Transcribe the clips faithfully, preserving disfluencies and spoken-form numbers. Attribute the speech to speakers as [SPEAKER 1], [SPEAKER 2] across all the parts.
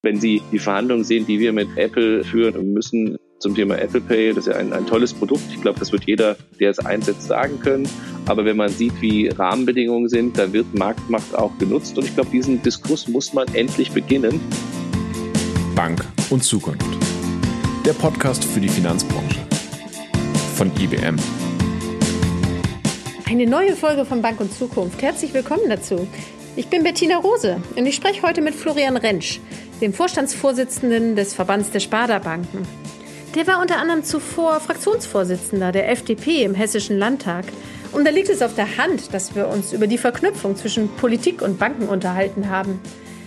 [SPEAKER 1] Wenn Sie die Verhandlungen sehen, die wir mit Apple führen müssen zum Thema Apple Pay, das ist ja ein, ein tolles Produkt. Ich glaube, das wird jeder, der es einsetzt, sagen können. Aber wenn man sieht, wie Rahmenbedingungen sind, dann wird Marktmacht auch genutzt. Und ich glaube, diesen Diskurs muss man endlich beginnen.
[SPEAKER 2] Bank und Zukunft. Der Podcast für die Finanzbranche. Von I B M.
[SPEAKER 3] Eine neue Folge von Bank und Zukunft. Herzlich willkommen dazu. Ich bin Bettina Rose und ich spreche heute mit Florian Rentsch, dem Vorstandsvorsitzenden des Verbands der Sparda-Banken. Der war unter anderem zuvor Fraktionsvorsitzender der F D P im Hessischen Landtag. Und da liegt es auf der Hand, dass wir uns über die Verknüpfung zwischen Politik und Banken unterhalten haben.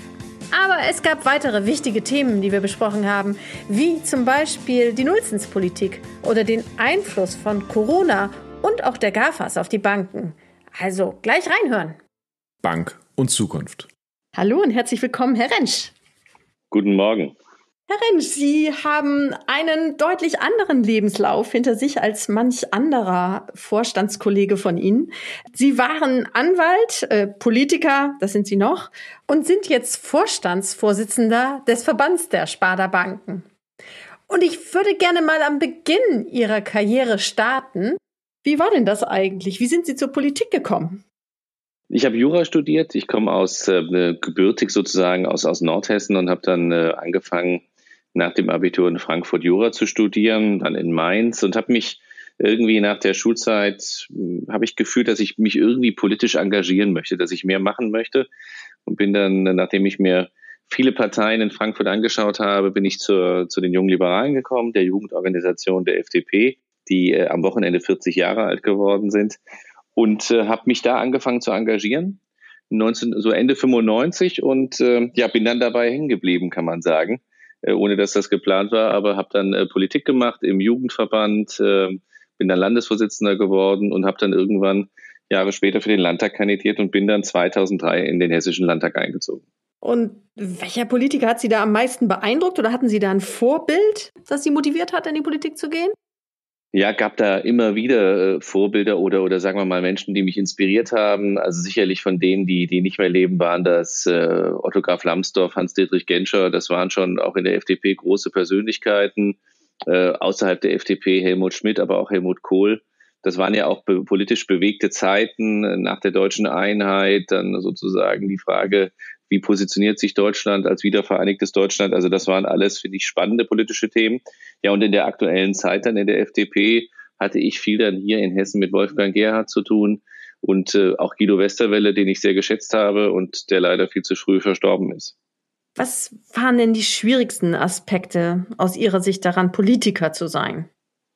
[SPEAKER 3] Aber es gab weitere wichtige Themen, die wir besprochen haben, wie zum Beispiel die Nullzinspolitik oder den Einfluss von Corona und auch der GAFAs auf die Banken. Also gleich reinhören.
[SPEAKER 2] Bank und Zukunft.
[SPEAKER 3] Hallo und herzlich willkommen, Herr Rentsch.
[SPEAKER 1] Guten Morgen.
[SPEAKER 3] Herr Rentsch, Sie haben einen deutlich anderen Lebenslauf hinter sich als manch anderer Vorstandskollege von Ihnen. Sie waren Anwalt, äh, Politiker, das sind Sie noch, und sind jetzt Vorstandsvorsitzender des Verbands der Sparda-Banken. Und ich würde gerne mal am Beginn Ihrer Karriere starten. Wie war denn das eigentlich? Wie sind Sie zur Politik gekommen?
[SPEAKER 1] Ich habe Jura studiert. Ich komme aus äh, gebürtig sozusagen aus, aus Nordhessen und habe dann äh, angefangen, nach dem Abitur in Frankfurt Jura zu studieren, dann in Mainz und habe mich irgendwie nach der Schulzeit, äh, habe ich gefühlt, dass ich mich irgendwie politisch engagieren möchte, dass ich mehr machen möchte und bin dann, nachdem ich mir viele Parteien in Frankfurt angeschaut habe, bin ich zur, zu den Jungen Liberalen gekommen, der Jugendorganisation der F D P, die äh, am Wochenende vierzig Jahre alt geworden sind. Und äh, habe mich da angefangen zu engagieren, neunzehn, so Ende fünfundneunzig und äh, ja, bin dann dabei hängen geblieben, kann man sagen, äh, ohne dass das geplant war, aber habe dann äh, Politik gemacht im Jugendverband, äh, bin dann Landesvorsitzender geworden und habe dann irgendwann Jahre später für den Landtag kandidiert und bin dann zweitausenddrei in den Hessischen Landtag eingezogen.
[SPEAKER 3] Und welcher Politiker hat Sie da am meisten beeindruckt oder hatten Sie da ein Vorbild, das Sie motiviert hat, in die Politik zu gehen?
[SPEAKER 1] Ja, gab da immer wieder äh, Vorbilder oder oder sagen wir mal Menschen, die mich inspiriert haben. Also sicherlich von denen, die die nicht mehr leben, waren das äh, Otto Graf Lambsdorff, Hans-Dietrich Genscher. Das waren schon auch in der F D P große Persönlichkeiten. Äh, außerhalb der F D P Helmut Schmidt, aber auch Helmut Kohl. Das waren ja auch be- politisch bewegte Zeiten äh, nach der deutschen Einheit. Dann sozusagen die Frage, wie positioniert sich Deutschland als wiedervereinigtes Deutschland? Also das waren alles, finde ich, spannende politische Themen. Ja, und in der aktuellen Zeit dann in der F D P hatte ich viel dann hier in Hessen mit Wolfgang Gerhardt zu tun und äh, auch Guido Westerwelle, den ich sehr geschätzt habe und der leider viel zu früh verstorben ist.
[SPEAKER 3] Was waren denn die schwierigsten Aspekte aus Ihrer Sicht daran, Politiker zu sein?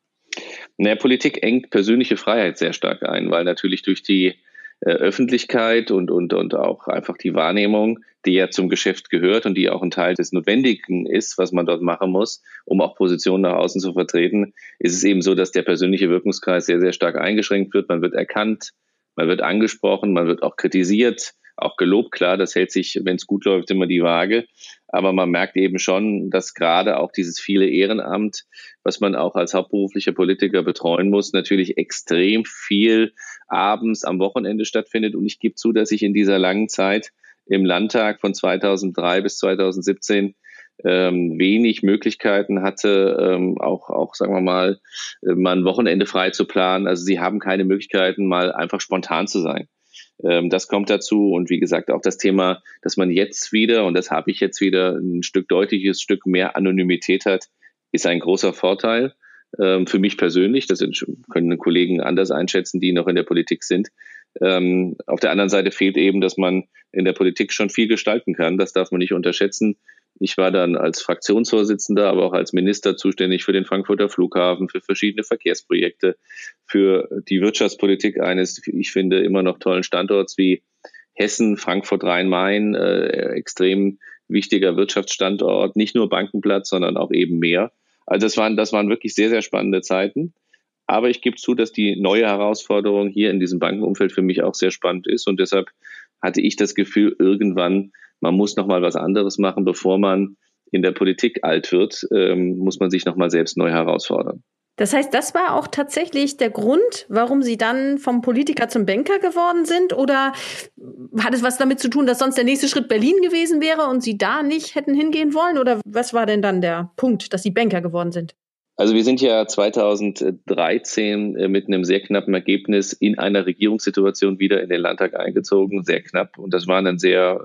[SPEAKER 1] Naja, Politik engt persönliche Freiheit sehr stark ein, weil natürlich durch die äh, Öffentlichkeit und, und, und auch einfach die Wahrnehmung, die ja zum Geschäft gehört und die auch ein Teil des Notwendigen ist, was man dort machen muss, um auch Positionen nach außen zu vertreten, ist es eben so, dass der persönliche Wirkungskreis sehr, sehr stark eingeschränkt wird. Man wird erkannt, man wird angesprochen, man wird auch kritisiert, auch gelobt. Klar, das hält sich, wenn es gut läuft, immer die Waage. Aber man merkt eben schon, dass gerade auch dieses viele Ehrenamt, was man auch als hauptberuflicher Politiker betreuen muss, natürlich extrem viel abends am Wochenende stattfindet. Und ich gebe zu, dass ich in dieser langen Zeit im Landtag von zweitausenddrei bis zweitausendsiebzehn ähm, wenig Möglichkeiten hatte, ähm, auch, auch, sagen wir mal, äh, mal ein Wochenende frei zu planen. Also sie haben keine Möglichkeiten, mal einfach spontan zu sein. Ähm, das kommt dazu. Und wie gesagt, auch das Thema, dass man jetzt wieder, und das habe ich jetzt wieder, ein Stück deutliches Stück mehr Anonymität hat, ist ein großer Vorteil. Ähm, für mich persönlich, das können Kollegen anders einschätzen, die noch in der Politik sind. Ähm, auf der anderen Seite fehlt eben, dass man in der Politik schon viel gestalten kann. Das darf man nicht unterschätzen. Ich war dann als Fraktionsvorsitzender, aber auch als Minister zuständig für den Frankfurter Flughafen, für verschiedene Verkehrsprojekte, für die Wirtschaftspolitik eines, ich finde, immer noch tollen Standorts wie Hessen, Frankfurt, Rhein-Main, äh, extrem wichtiger Wirtschaftsstandort, nicht nur Bankenplatz, sondern auch eben mehr. Also das waren, das waren wirklich sehr, sehr spannende Zeiten. Aber ich gebe zu, dass die neue Herausforderung hier in diesem Bankenumfeld für mich auch sehr spannend ist. Und deshalb hatte ich das Gefühl, irgendwann, man muss noch mal was anderes machen, bevor man in der Politik alt wird, ähm, muss man sich noch mal selbst neu herausfordern.
[SPEAKER 3] Das heißt, das war auch tatsächlich der Grund, warum Sie dann vom Politiker zum Banker geworden sind? Oder hat es was damit zu tun, dass sonst der nächste Schritt Berlin gewesen wäre und Sie da nicht hätten hingehen wollen? Oder was war denn dann der Punkt, dass Sie Banker geworden sind?
[SPEAKER 1] Also wir sind ja zweitausenddreizehn mit einem sehr knappen Ergebnis in einer Regierungssituation wieder in den Landtag eingezogen, sehr knapp. Und das war ein sehr,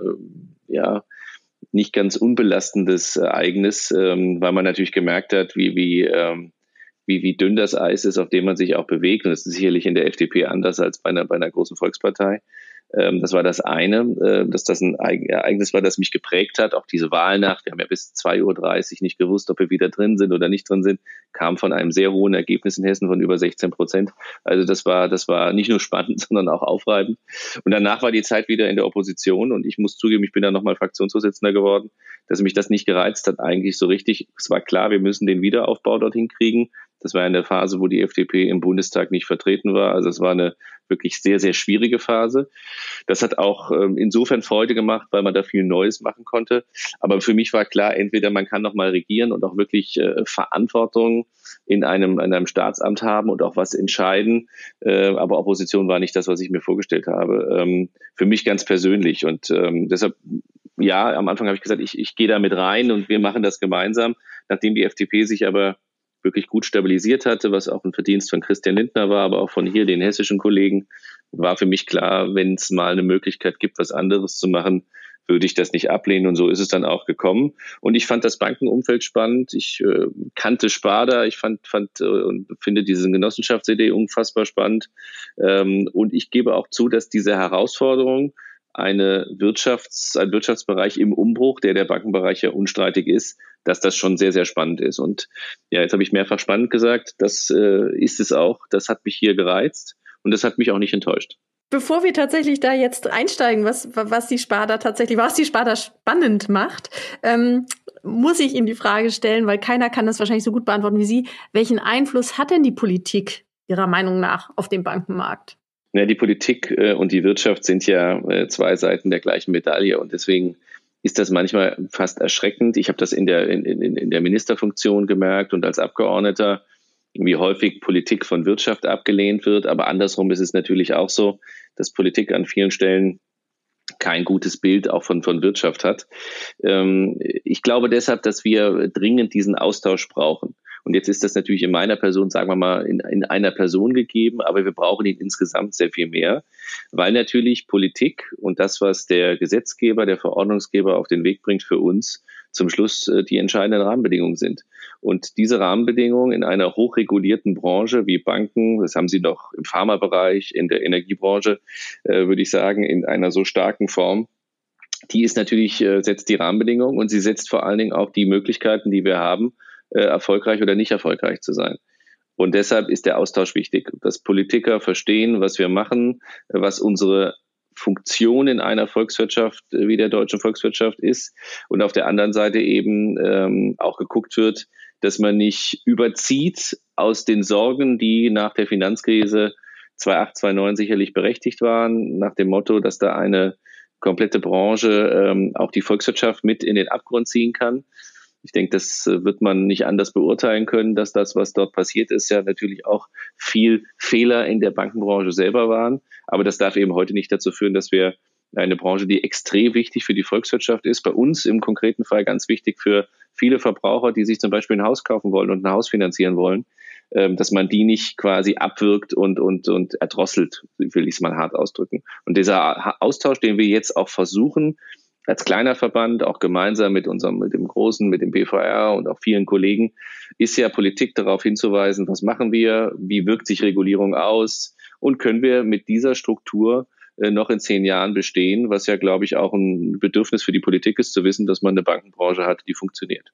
[SPEAKER 1] ja, nicht ganz unbelastendes Ereignis, weil man natürlich gemerkt hat, wie, wie, wie, wie dünn das Eis ist, auf dem man sich auch bewegt. Und das ist sicherlich in der F D P anders als bei einer, bei einer großen Volkspartei. Das war das eine, dass das ein Ereignis war, das mich geprägt hat. Auch diese Wahlnacht, wir haben ja bis zwei Uhr dreißig nicht gewusst, ob wir wieder drin sind oder nicht drin sind, kam von einem sehr hohen Ergebnis in Hessen von über sechzehn Prozent. Also das war, das war nicht nur spannend, sondern auch aufreibend. Und danach war die Zeit wieder in der Opposition und ich muss zugeben, ich bin dann nochmal Fraktionsvorsitzender geworden, dass mich das nicht gereizt hat eigentlich so richtig. Es war klar, wir müssen den Wiederaufbau dorthin kriegen. Das war in der Phase, wo die F D P im Bundestag nicht vertreten war. Also es war eine wirklich sehr, sehr schwierige Phase. Das hat auch ähm, insofern Freude gemacht, weil man da viel Neues machen konnte. Aber für mich war klar, entweder man kann noch mal regieren und auch wirklich äh, Verantwortung in einem, in einem Staatsamt haben und auch was entscheiden. Äh, aber Opposition war nicht das, was ich mir vorgestellt habe. Ähm, für mich ganz persönlich. Und ähm, deshalb, ja, am Anfang habe ich gesagt, ich, ich gehe da mit rein und wir machen das gemeinsam. Nachdem die F D P sich aber wirklich gut stabilisiert hatte, was auch ein Verdienst von Christian Lindner war, aber auch von hier den hessischen Kollegen, war für mich klar, wenn es mal eine Möglichkeit gibt, was anderes zu machen, würde ich das nicht ablehnen. Und so ist es dann auch gekommen. Und ich fand das Bankenumfeld spannend. Ich äh, kannte Sparda. Ich fand, fand äh, und finde diese Genossenschaftsidee unfassbar spannend. Ähm, und ich gebe auch zu, dass diese Herausforderung, eine Wirtschafts-, ein Wirtschaftsbereich im Umbruch, der der Bankenbereich ja unstreitig ist, dass das schon sehr, sehr spannend ist. Und ja, jetzt habe ich mehrfach spannend gesagt, das äh, ist es auch. Das hat mich hier gereizt und das hat mich auch nicht enttäuscht.
[SPEAKER 3] Bevor wir tatsächlich da jetzt einsteigen, was, was die Sparda tatsächlich, was die Sparda spannend macht, ähm, muss ich Ihnen die Frage stellen, weil keiner kann das wahrscheinlich so gut beantworten wie Sie. Welchen Einfluss hat denn die Politik Ihrer Meinung nach auf den Bankenmarkt?
[SPEAKER 1] Ja, die Politik äh, und die Wirtschaft sind ja äh, zwei Seiten der gleichen Medaille und deswegen ist das manchmal fast erschreckend. Ich habe das in der, in, in, in der Ministerfunktion gemerkt und als Abgeordneter, wie häufig Politik von Wirtschaft abgelehnt wird. Aber andersrum ist es natürlich auch so, dass Politik an vielen Stellen kein gutes Bild auch von, von Wirtschaft hat. Ähm, ich glaube deshalb, dass wir dringend diesen Austausch brauchen. Und jetzt ist das natürlich in meiner Person, sagen wir mal, in, in einer Person gegeben, aber wir brauchen ihn insgesamt sehr viel mehr, weil natürlich Politik und das, was der Gesetzgeber, der Verordnungsgeber auf den Weg bringt für uns, zum Schluss äh, die entscheidenden Rahmenbedingungen sind. Und diese Rahmenbedingungen in einer hochregulierten Branche wie Banken, das haben Sie noch im Pharmabereich, in der Energiebranche, äh, würde ich sagen, in einer so starken Form, die ist natürlich, äh, setzt die Rahmenbedingungen und sie setzt vor allen Dingen auch die Möglichkeiten, die wir haben, erfolgreich oder nicht erfolgreich zu sein. Und deshalb ist der Austausch wichtig, dass Politiker verstehen, was wir machen, was unsere Funktion in einer Volkswirtschaft wie der deutschen Volkswirtschaft ist und auf der anderen Seite eben ähm, auch geguckt wird, dass man nicht überzieht aus den Sorgen, die nach der Finanzkrise zweitausendacht, zweitausendneun sicherlich berechtigt waren, nach dem Motto, dass da eine komplette Branche ähm, auch die Volkswirtschaft mit in den Abgrund ziehen kann. Ich denke, das wird man nicht anders beurteilen können, dass das, was dort passiert ist, ja natürlich auch viel Fehler in der Bankenbranche selber waren. Aber das darf eben heute nicht dazu führen, dass wir eine Branche, die extrem wichtig für die Volkswirtschaft ist, bei uns im konkreten Fall ganz wichtig für viele Verbraucher, die sich zum Beispiel ein Haus kaufen wollen und ein Haus finanzieren wollen, dass man die nicht quasi abwirkt und, und, und erdrosselt, will ich es mal hart ausdrücken. Und dieser Austausch, den wir jetzt auch versuchen, als kleiner Verband, auch gemeinsam mit unserem, mit dem Großen, mit dem B V R und auch vielen Kollegen, ist ja Politik darauf hinzuweisen, was machen wir, wie wirkt sich Regulierung aus und können wir mit dieser Struktur äh, noch in zehn Jahren bestehen, was ja, glaube ich, auch ein Bedürfnis für die Politik ist, zu wissen, dass man eine Bankenbranche hat, die funktioniert.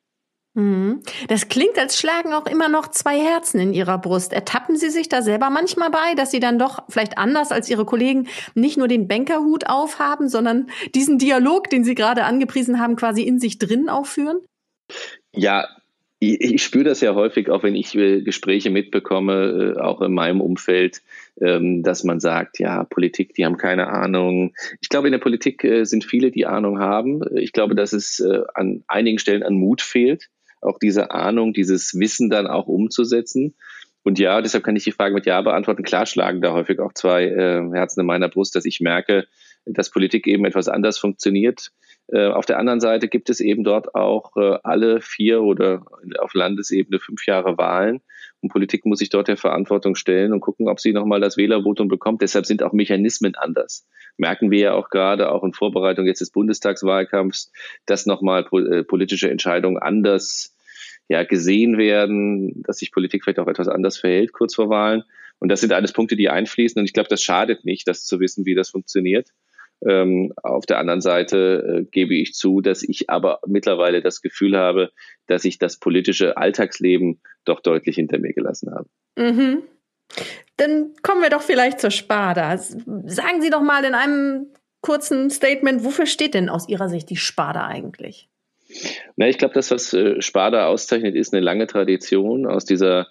[SPEAKER 3] Das klingt, als schlagen auch immer noch zwei Herzen in Ihrer Brust. Ertappen Sie sich da selber manchmal bei, dass Sie dann doch vielleicht anders als Ihre Kollegen nicht nur den Bankerhut aufhaben, sondern diesen Dialog, den Sie gerade angepriesen haben, quasi in sich drin aufführen?
[SPEAKER 1] Ja, ich, ich spüre das ja häufig, auch wenn ich äh, Gespräche mitbekomme, äh, auch in meinem Umfeld, ähm, dass man sagt, ja, Politik, die haben keine Ahnung. Ich glaube, in der Politik äh, sind viele, die Ahnung haben. Ich glaube, dass es äh, an einigen Stellen an Mut fehlt, auch diese Ahnung, dieses Wissen dann auch umzusetzen. Und ja, deshalb kann ich die Frage mit Ja beantworten. Klar schlagen da häufig auch zwei äh, Herzen in meiner Brust, dass ich merke, dass Politik eben etwas anders funktioniert. Äh, auf der anderen Seite gibt es eben dort auch äh, alle vier oder auf Landesebene fünf Jahre Wahlen. Und Politik muss sich dort der Verantwortung stellen und gucken, ob sie nochmal das Wählervotum bekommt. Deshalb sind auch Mechanismen anders. Merken wir ja auch gerade, auch in Vorbereitung jetzt des Bundestagswahlkampfs, dass nochmal äh, politische Entscheidungen anders ja gesehen werden, dass sich Politik vielleicht auch etwas anders verhält kurz vor Wahlen. Und das sind alles Punkte, die einfließen. Und ich glaube, das schadet nicht, das zu wissen, wie das funktioniert. Ähm, auf der anderen Seite äh, gebe ich zu, dass ich aber mittlerweile das Gefühl habe, dass ich das politische Alltagsleben doch deutlich hinter mir gelassen habe.
[SPEAKER 3] Mhm. Dann kommen wir doch vielleicht zur Sparda. Sagen Sie doch mal in einem kurzen Statement, wofür steht denn aus Ihrer Sicht die Sparda eigentlich?
[SPEAKER 1] Na, ich glaube, das, was äh, Sparda auszeichnet, ist eine lange Tradition aus dieser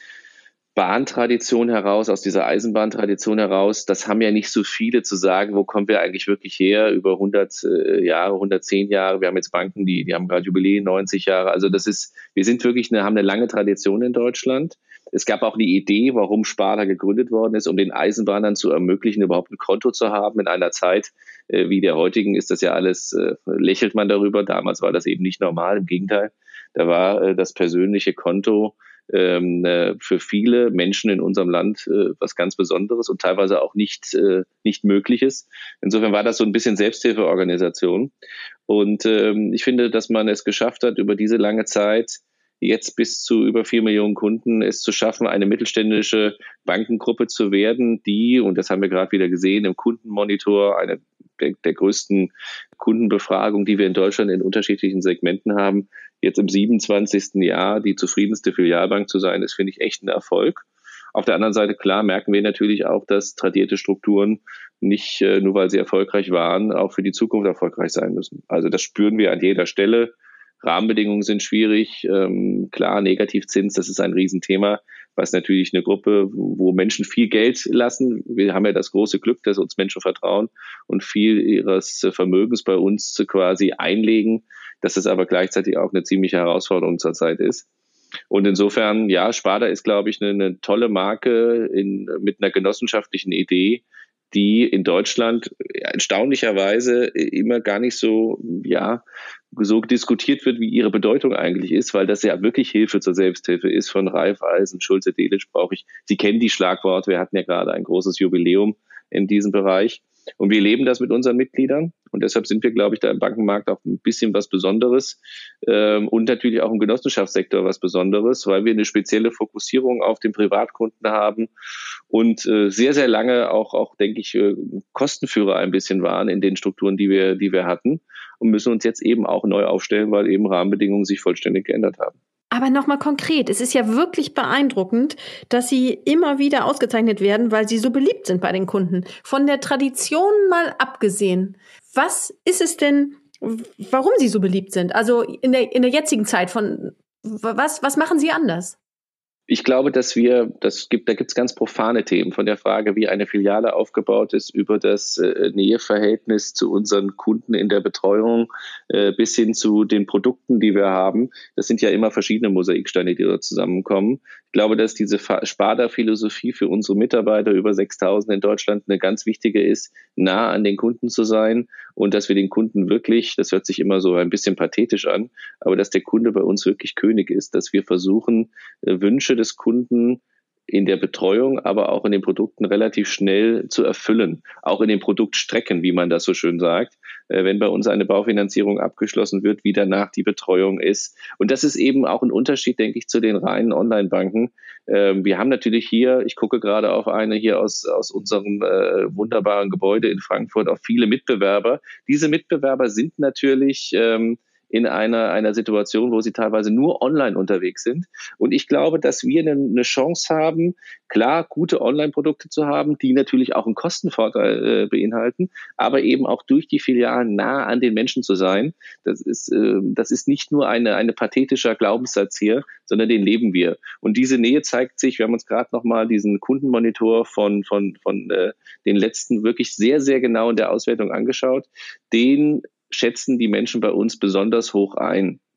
[SPEAKER 1] Bahntradition heraus, aus dieser Eisenbahntradition heraus. Das haben ja nicht so viele zu sagen, wo kommen wir eigentlich wirklich her, über hundert äh, Jahre, hundertzehn Jahre. Wir haben jetzt Banken, die, die haben gerade Jubiläen, neunzig Jahre. Also das ist, wir sind wirklich eine, haben eine lange Tradition in Deutschland. Es gab auch eine Idee, warum Sparda gegründet worden ist, um den Eisenbahnern zu ermöglichen, überhaupt ein Konto zu haben. In einer Zeit äh, wie der heutigen ist das ja alles, äh, lächelt man darüber. Damals war das eben nicht normal, im Gegenteil. Da war äh, das persönliche Konto ähm, äh, für viele Menschen in unserem Land äh, was ganz Besonderes und teilweise auch nicht, äh, nicht Mögliches. Insofern war das so ein bisschen Selbsthilfeorganisation. Und ähm, ich finde, dass man es geschafft hat, über diese lange Zeit jetzt bis zu über vier Millionen Kunden es zu schaffen, eine mittelständische Bankengruppe zu werden, die, und das haben wir gerade wieder gesehen, im Kundenmonitor, eine der, der größten Kundenbefragung, die wir in Deutschland in unterschiedlichen Segmenten haben, jetzt im siebenundzwanzigsten Jahr die zufriedenste Filialbank zu sein, ist, finde ich, echt ein Erfolg. Auf der anderen Seite, klar, merken wir natürlich auch, dass tradierte Strukturen nicht, nur weil sie erfolgreich waren, auch für die Zukunft erfolgreich sein müssen. Also das spüren wir an jeder Stelle. Rahmenbedingungen sind schwierig. Ähm, klar, Negativzins, das ist ein Riesenthema, was natürlich eine Gruppe, wo Menschen viel Geld lassen. Wir haben ja das große Glück, dass uns Menschen vertrauen und viel ihres Vermögens bei uns quasi einlegen, dass es aber gleichzeitig auch eine ziemliche Herausforderung zurzeit ist. Und insofern, ja, Sparda ist, glaube ich, eine, eine tolle Marke in, mit einer genossenschaftlichen Idee, die in Deutschland erstaunlicherweise immer gar nicht so, ja, so diskutiert wird, wie ihre Bedeutung eigentlich ist, weil das ja wirklich Hilfe zur Selbsthilfe ist von Raiffeisen, Schulze, Delitzsch brauche ich. Sie kennen die Schlagworte, wir hatten ja gerade ein großes Jubiläum in diesem Bereich. Und wir leben das mit unseren Mitgliedern. Und deshalb sind wir, glaube ich, da im Bankenmarkt auch ein bisschen was Besonderes. Ähm, und natürlich auch im Genossenschaftssektor was Besonderes, weil wir eine spezielle Fokussierung auf den Privatkunden haben und äh, sehr, sehr lange auch, auch, denke ich, äh, Kostenführer ein bisschen waren in den Strukturen, die wir, die wir hatten. Und müssen uns jetzt eben auch neu aufstellen, weil eben Rahmenbedingungen sich vollständig geändert haben.
[SPEAKER 3] Aber nochmal konkret, es ist ja wirklich beeindruckend, dass Sie immer wieder ausgezeichnet werden, weil Sie so beliebt sind bei den Kunden. Von der Tradition mal abgesehen, was ist es denn, warum Sie so beliebt sind? Also in der, in der jetzigen Zeit, von was, was machen Sie anders?
[SPEAKER 1] Ich glaube, dass wir, das gibt, da gibt es ganz profane Themen, von der Frage, wie eine Filiale aufgebaut ist, über das äh, Näheverhältnis zu unseren Kunden in der Betreuung äh, bis hin zu den Produkten, die wir haben. Das sind ja immer verschiedene Mosaiksteine, die dort zusammenkommen. Ich glaube, dass diese Sparda-Philosophie für unsere Mitarbeiter, über sechstausend in Deutschland, eine ganz wichtige ist, nah an den Kunden zu sein und dass wir den Kunden wirklich, das hört sich immer so ein bisschen pathetisch an, aber dass der Kunde bei uns wirklich König ist, dass wir versuchen, äh, Wünsche des Kunden in der Betreuung, aber auch in den Produkten relativ schnell zu erfüllen. Auch in den Produktstrecken, wie man das so schön sagt. Äh, wenn bei uns eine Baufinanzierung abgeschlossen wird, wie danach die Betreuung ist. Und das ist eben auch ein Unterschied, denke ich, zu den reinen Online-Banken. Ähm, wir haben natürlich hier, ich gucke gerade auf eine hier aus, aus unserem äh, wunderbaren Gebäude in Frankfurt, auch viele Mitbewerber. Diese Mitbewerber sind natürlich ähm, in einer, einer Situation, wo sie teilweise nur online unterwegs sind. Und ich glaube, dass wir eine, eine Chance haben, klar, gute Online-Produkte zu haben, die natürlich auch einen Kostenvorteil äh, beinhalten, aber eben auch durch die Filialen nah an den Menschen zu sein. Das ist, äh, das ist nicht nur eine, eine pathetischer Glaubenssatz hier, sondern den leben wir. Und diese Nähe zeigt sich, wir haben uns gerade nochmal diesen Kundenmonitor von, von, von äh, den letzten wirklich sehr, sehr genau in der Auswertung angeschaut. Den schätzen die Menschen bei uns besonders hoch ein.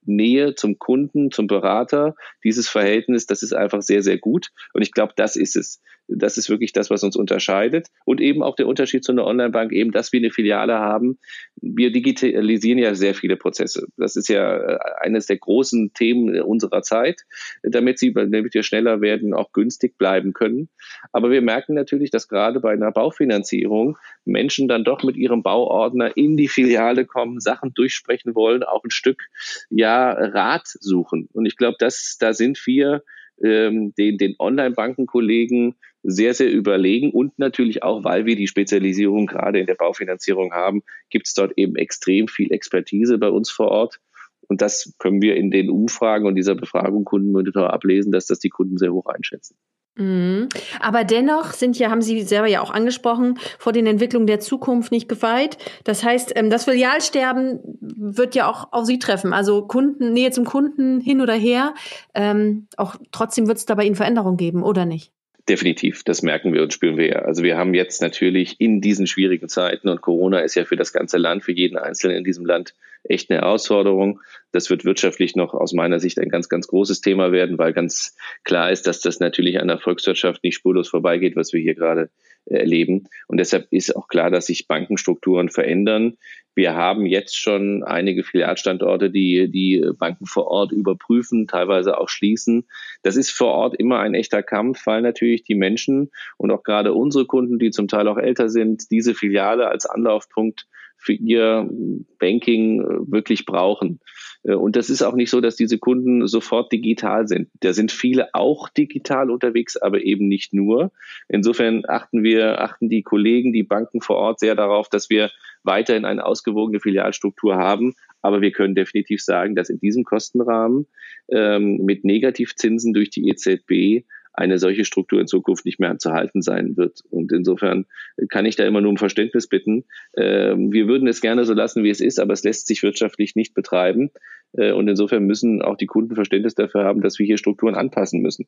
[SPEAKER 1] Nähe zum Kunden, zum Berater, dieses Verhältnis, das ist einfach sehr, sehr gut. Und ich glaube, das ist es. Das ist wirklich das, was uns unterscheidet. Und eben auch der Unterschied zu einer Online-Bank, eben, dass wir eine Filiale haben. Wir digitalisieren ja sehr viele Prozesse. Das ist ja eines der großen Themen unserer Zeit, damit sie, damit wir schneller werden, auch günstig bleiben können. Aber wir merken natürlich, dass gerade bei einer Baufinanzierung Menschen dann doch mit ihrem Bauordner in die Filiale kommen, Sachen durchsprechen wollen, auch ein Stück, ja, Rat suchen. Und ich glaube, dass da sind wir ähm, den, den Online-Bankenkollegen sehr, sehr überlegen und natürlich auch, weil wir die Spezialisierung gerade in der Baufinanzierung haben, gibt es dort eben extrem viel Expertise bei uns vor Ort. Und das können wir in den Umfragen und dieser Befragung Kundenmonitor ablesen, dass das die Kunden sehr hoch einschätzen.
[SPEAKER 3] Mhm. Aber dennoch sind ja, haben Sie selber ja auch angesprochen, vor den Entwicklungen der Zukunft nicht gefeit. Das heißt, das Filialsterben wird ja auch auf Sie treffen. Also Kunden, Nähe zum Kunden hin oder her. Ähm, auch trotzdem wird es da bei Ihnen Veränderungen geben, oder nicht?
[SPEAKER 1] Definitiv, das merken wir und spüren wir ja. Also wir haben jetzt natürlich in diesen schwierigen Zeiten, und Corona ist ja für das ganze Land, für jeden Einzelnen in diesem Land echt eine Herausforderung. Das wird wirtschaftlich noch aus meiner Sicht ein ganz, ganz großes Thema werden, weil ganz klar ist, dass das natürlich an der Volkswirtschaft nicht spurlos vorbeigeht, was wir hier gerade erleben. Und deshalb ist auch klar, dass sich Bankenstrukturen verändern. Wir haben jetzt schon einige Filialstandorte, die die Banken vor Ort überprüfen, teilweise auch schließen. Das ist vor Ort immer ein echter Kampf, weil natürlich die Menschen und auch gerade unsere Kunden, die zum Teil auch älter sind, diese Filiale als Anlaufpunkt für ihr Banking wirklich brauchen. Und das ist auch nicht so, dass diese Kunden sofort digital sind. Da sind viele auch digital unterwegs, aber eben nicht nur. Insofern achten wir, achten die Kollegen, die Banken vor Ort sehr darauf, dass wir weiterhin eine ausgewogene Filialstruktur haben. Aber wir können definitiv sagen, dass in diesem Kostenrahmen ähm, mit Negativzinsen durch die E Z B eine solche Struktur in Zukunft nicht mehr zu halten sein wird. Und insofern kann ich da immer nur um Verständnis bitten. Wir würden es gerne so lassen, wie es ist, aber es lässt sich wirtschaftlich nicht betreiben. Und insofern müssen auch die Kunden Verständnis dafür haben, dass wir hier Strukturen anpassen müssen.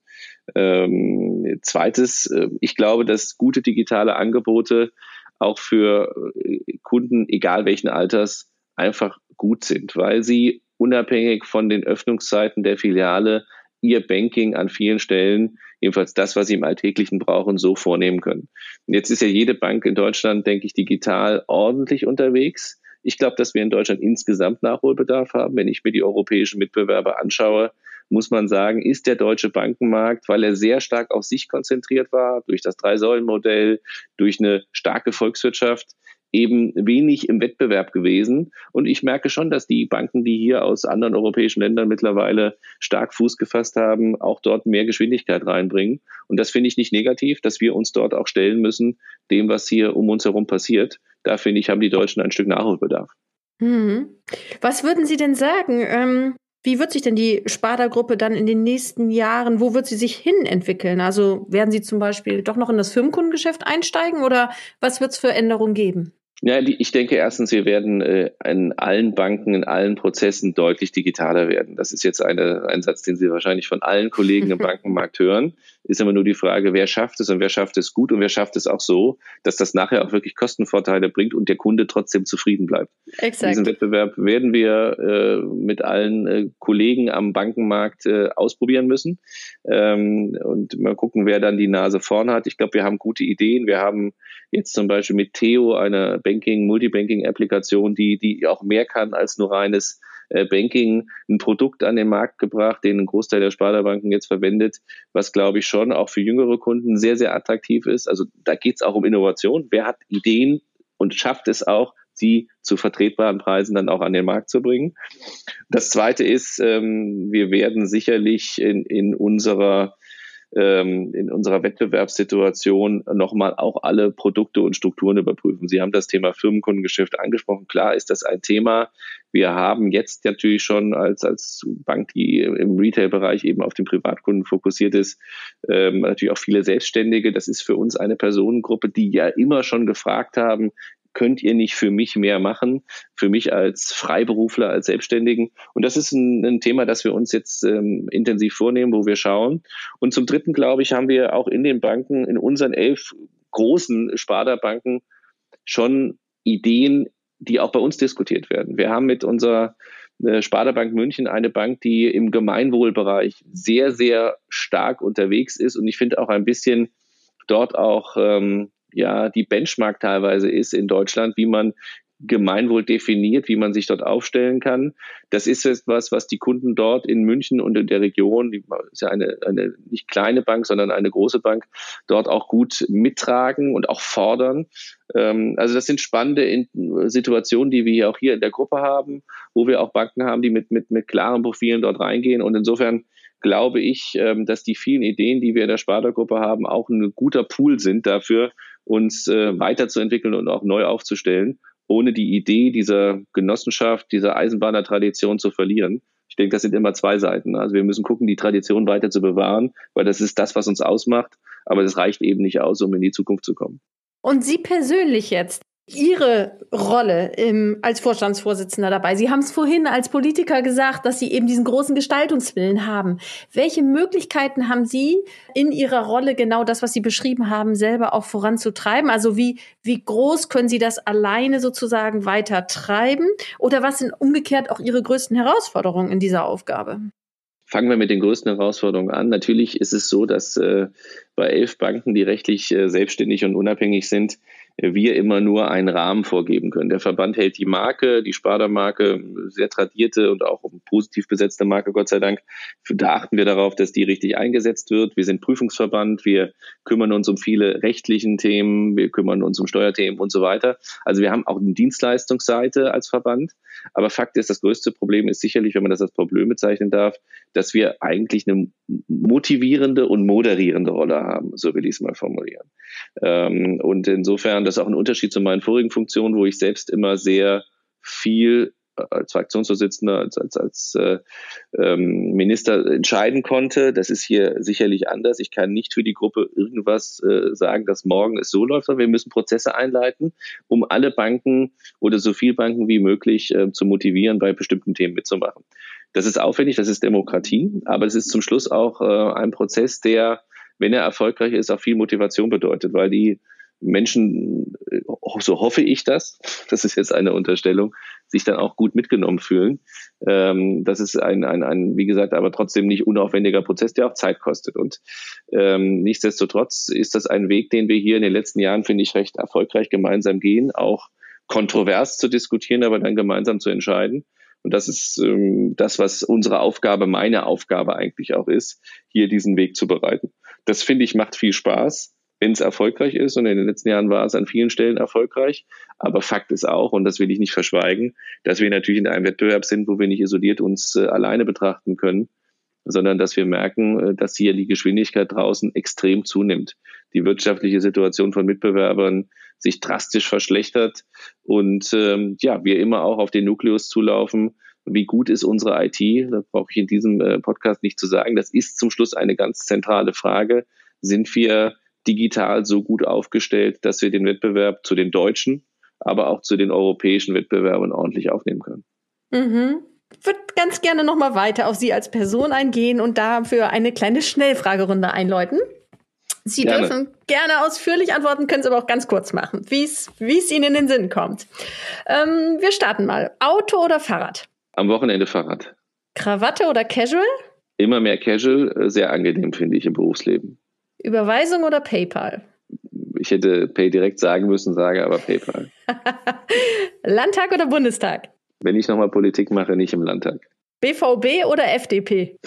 [SPEAKER 1] Zweites, ich glaube, dass gute digitale Angebote auch für Kunden, egal welchen Alters, einfach gut sind, weil sie unabhängig von den Öffnungszeiten der Filiale ihr Banking an vielen Stellen, jedenfalls das, was sie im Alltäglichen brauchen, so vornehmen können. Und jetzt ist ja jede Bank in Deutschland, denke ich, digital ordentlich unterwegs. Ich glaube, dass wir in Deutschland insgesamt Nachholbedarf haben. Wenn ich mir die europäischen Mitbewerber anschaue, muss man sagen, ist der deutsche Bankenmarkt, weil er sehr stark auf sich konzentriert war, durch das Drei-Säulen-Modell, durch eine starke Volkswirtschaft, eben wenig im Wettbewerb gewesen. Und ich merke schon, dass die Banken, die hier aus anderen europäischen Ländern mittlerweile stark Fuß gefasst haben, auch dort mehr Geschwindigkeit reinbringen. Und das finde ich nicht negativ, dass wir uns dort auch stellen müssen, dem, was hier um uns herum passiert. Da finde ich, haben die Deutschen ein Stück Nachholbedarf.
[SPEAKER 3] Hm. Was würden Sie denn sagen? Ähm Wie wird sich denn die Sparda-Gruppe dann in den nächsten Jahren, wo wird sie sich hin entwickeln? Also werden Sie zum Beispiel doch noch in das Firmenkundengeschäft einsteigen oder was wird es für Änderungen geben?
[SPEAKER 1] Ja, die, ich denke erstens, wir werden äh, in allen Banken, in allen Prozessen deutlich digitaler werden. Das ist jetzt eine, ein Satz, den Sie wahrscheinlich von allen Kollegen im Bankenmarkt hören. Ist immer nur die Frage, wer schafft es und wer schafft es gut und wer schafft es auch so, dass das nachher auch wirklich Kostenvorteile bringt und der Kunde trotzdem zufrieden bleibt.
[SPEAKER 3] Exakt.
[SPEAKER 1] Diesen Wettbewerb werden wir äh, mit allen äh, Kollegen am Bankenmarkt äh, ausprobieren müssen ähm, und mal gucken, wer dann die Nase vorn hat. Ich glaube, wir haben gute Ideen. Wir haben jetzt zum Beispiel mit Theo eine Banking, Multibanking-Applikation, die, die auch mehr kann als nur reines äh, Banking, ein Produkt an den Markt gebracht, den ein Großteil der Sparda-Banken jetzt verwendet, was, glaube ich, schon auch für jüngere Kunden sehr, sehr attraktiv ist. Also da geht es auch um Innovation. Wer hat Ideen und schafft es auch, sie zu vertretbaren Preisen dann auch an den Markt zu bringen? Das Zweite ist, ähm, wir werden sicherlich in, in unserer in unserer Wettbewerbssituation nochmal auch alle Produkte und Strukturen überprüfen. Sie haben das Thema Firmenkundengeschäft angesprochen. Klar ist das ein Thema. Wir haben jetzt natürlich schon als, als Bank, die im Retail-Bereich eben auf den Privatkunden fokussiert ist, ähm, natürlich auch viele Selbstständige. Das ist für uns eine Personengruppe, die ja immer schon gefragt haben, könnt ihr nicht für mich mehr machen, für mich als Freiberufler, als Selbstständigen? Und das ist ein, ein Thema, das wir uns jetzt ähm, intensiv vornehmen, wo wir schauen. Und zum Dritten, glaube ich, haben wir auch in den Banken, in unseren elf großen Sparda-Banken schon Ideen, die auch bei uns diskutiert werden. Wir haben mit unserer äh, Sparda-Bank München eine Bank, die im Gemeinwohlbereich sehr, sehr stark unterwegs ist und ich finde auch ein bisschen dort auch ähm, ja die Benchmark teilweise ist in Deutschland, wie man Gemeinwohl definiert, wie man sich dort aufstellen kann. Das ist etwas, was die Kunden dort in München und in der Region, die ist ja eine, eine nicht kleine Bank, sondern eine große Bank, dort auch gut mittragen und auch fordern. Ähm, also das sind spannende Situationen, die wir hier auch hier in der Gruppe haben, wo wir auch Banken haben, die mit, mit, mit klaren Profilen dort reingehen. Und insofern glaube ich, ähm, dass die vielen Ideen, die wir in der Sparda-Gruppe haben, auch ein guter Pool sind dafür, uns äh, weiterzuentwickeln und auch neu aufzustellen, ohne die Idee dieser Genossenschaft, dieser Eisenbahner-Tradition zu verlieren. Ich denke, das sind immer zwei Seiten. Also wir müssen gucken, die Tradition weiter zu bewahren, weil das ist das, was uns ausmacht. Aber das reicht eben nicht aus, um in die Zukunft zu kommen.
[SPEAKER 3] Und Sie persönlich jetzt, Ihre Rolle im, als Vorstandsvorsitzender dabei. Sie haben es vorhin als Politiker gesagt, dass Sie eben diesen großen Gestaltungswillen haben. Welche Möglichkeiten haben Sie in Ihrer Rolle genau das, was Sie beschrieben haben, selber auch voranzutreiben? Also wie, wie groß können Sie das alleine sozusagen weiter treiben? Oder was sind umgekehrt auch Ihre größten Herausforderungen in dieser Aufgabe?
[SPEAKER 1] Fangen wir mit den größten Herausforderungen an. Natürlich ist es so, dass äh, bei elf Banken, die rechtlich äh, selbstständig und unabhängig sind, äh, wir immer nur einen Rahmen vorgeben können. Der Verband hält die Marke, die Sparda-Marke, sehr tradierte und auch positiv besetzte Marke, Gott sei Dank. Da achten wir darauf, dass die richtig eingesetzt wird. Wir sind Prüfungsverband, wir kümmern uns um viele rechtlichen Themen, wir kümmern uns um Steuerthemen und so weiter. Also wir haben auch eine Dienstleistungsseite als Verband. Aber Fakt ist, das größte Problem ist sicherlich, wenn man das als Problem bezeichnen darf, dass wir eigentlich eine motivierende und moderierende Rolle haben, so will ich es mal formulieren. Ähm, und insofern, das ist auch ein Unterschied zu meinen vorigen Funktionen, wo ich selbst immer sehr viel als Fraktionsvorsitzender, als, als, als äh, ähm, Minister entscheiden konnte. Das ist hier sicherlich anders. Ich kann nicht für die Gruppe irgendwas äh, sagen, dass morgen es so läuft, sondern wir müssen Prozesse einleiten, um alle Banken oder so viele Banken wie möglich äh, zu motivieren, bei bestimmten Themen mitzumachen. Das ist aufwendig, das ist Demokratie, aber es ist zum Schluss auch äh, ein Prozess, der, wenn er erfolgreich ist, auch viel Motivation bedeutet, weil die Menschen, so hoffe ich das, das ist jetzt eine Unterstellung, sich dann auch gut mitgenommen fühlen. Ähm, das ist ein, ein, ein, wie gesagt, aber trotzdem nicht unaufwendiger Prozess, der auch Zeit kostet. Und ähm, nichtsdestotrotz ist das ein Weg, den wir hier in den letzten Jahren, finde ich, recht erfolgreich gemeinsam gehen, auch kontrovers zu diskutieren, aber dann gemeinsam zu entscheiden. Und das ist ähm, das, was unsere Aufgabe, meine Aufgabe eigentlich auch ist, hier diesen Weg zu bereiten. Das, finde ich, macht viel Spaß, wenn es erfolgreich ist. Und in den letzten Jahren war es an vielen Stellen erfolgreich. Aber Fakt ist auch, und das will ich nicht verschweigen, dass wir natürlich in einem Wettbewerb sind, wo wir nicht isoliert uns äh, alleine betrachten können, sondern dass wir merken, äh, dass hier die Geschwindigkeit draußen extrem zunimmt. Die wirtschaftliche Situation von Mitbewerbern sich drastisch verschlechtert und ähm, ja, wir immer auch auf den Nukleus zulaufen. Wie gut ist unsere I T? Das brauche ich in diesem äh, Podcast nicht zu sagen. Das ist zum Schluss eine ganz zentrale Frage. Sind wir digital so gut aufgestellt, dass wir den Wettbewerb zu den deutschen, aber auch zu den europäischen Wettbewerbern ordentlich aufnehmen können?
[SPEAKER 3] Mhm. Ich würde ganz gerne noch mal weiter auf Sie als Person eingehen und dafür eine kleine Schnellfragerunde einläuten. Sie gerne. dürfen gerne ausführlich antworten, können es aber auch ganz kurz machen, wie es wie es Ihnen in den Sinn kommt. Ähm, wir starten mal. Auto oder Fahrrad?
[SPEAKER 1] Am Wochenende Fahrrad.
[SPEAKER 3] Krawatte oder Casual?
[SPEAKER 1] Immer mehr Casual, sehr angenehm, finde ich, im Berufsleben.
[SPEAKER 3] Überweisung oder PayPal?
[SPEAKER 1] Ich hätte Pay direkt sagen müssen, sage aber PayPal.
[SPEAKER 3] Landtag oder Bundestag?
[SPEAKER 1] Wenn ich nochmal Politik mache, nicht im Landtag.
[SPEAKER 3] B V B oder F D P?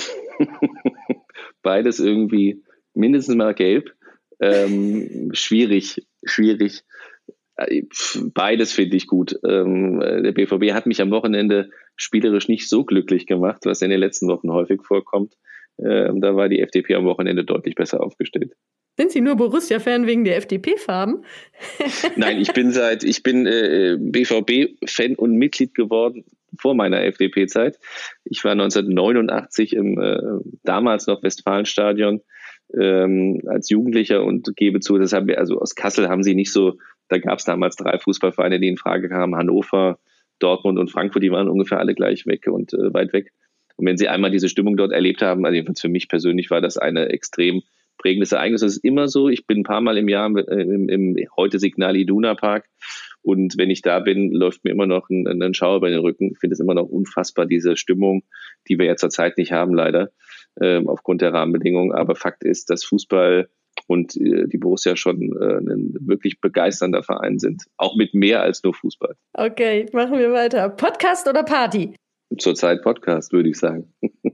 [SPEAKER 1] Beides irgendwie mindestens mal gelb. Ähm, schwierig, schwierig. Beides finde ich gut. Ähm, der B V B hat mich am Wochenende spielerisch nicht so glücklich gemacht, was in den letzten Wochen häufig vorkommt. Ähm, da war die F D P am Wochenende deutlich besser aufgestellt.
[SPEAKER 3] Sind Sie nur Borussia-Fan wegen der F D P-Farben?
[SPEAKER 1] Nein, ich bin seit ich bin äh, B V B-Fan und Mitglied geworden vor meiner F D P-Zeit. Ich war neunzehnhundertneunundachtzig im äh, damals noch Westfalenstadion ähm, als Jugendlicher und gebe zu, das haben wir, also aus Kassel haben sie nicht so, da gab es damals drei Fußballvereine, die in Frage kamen, Hannover, Dortmund und Frankfurt, die waren ungefähr alle gleich weg und äh, weit weg. Und wenn Sie einmal diese Stimmung dort erlebt haben, also jedenfalls für mich persönlich war das eine extrem prägendes Ereignis. Das ist immer so. Ich bin ein paar Mal im Jahr im, im, im heute Signal Iduna Park Und wenn ich da bin, läuft mir immer noch ein, ein Schauer über den Rücken. Ich finde es immer noch unfassbar, diese Stimmung, die wir ja zurzeit nicht haben, leider, ähm, aufgrund der Rahmenbedingungen. Aber Fakt ist, dass Fußball und äh, die Borussia schon äh, ein wirklich begeisternder Verein sind. Auch mit mehr als nur Fußball.
[SPEAKER 3] Okay, machen wir weiter. Podcast oder Party?
[SPEAKER 1] Zurzeit Podcast, würde ich sagen.